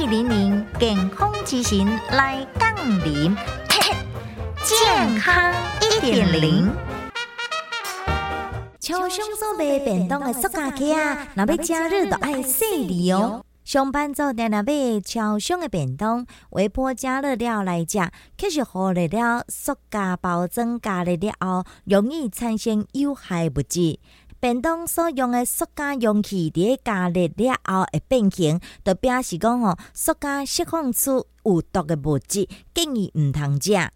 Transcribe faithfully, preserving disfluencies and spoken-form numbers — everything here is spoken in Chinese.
零零健康之行来杠铃，健康一点零。超商所卖便当的塑胶壳啊，若要加热就爱细腻哦。上班族定定买超商的便当，微波加热了来食，却是忽略了塑胶包装加热了后，容易产生有害物质。便当所用的塑胶容器伫加热了后会变形，就表示讲吼，塑胶释放出有毒的物质，建议唔通食。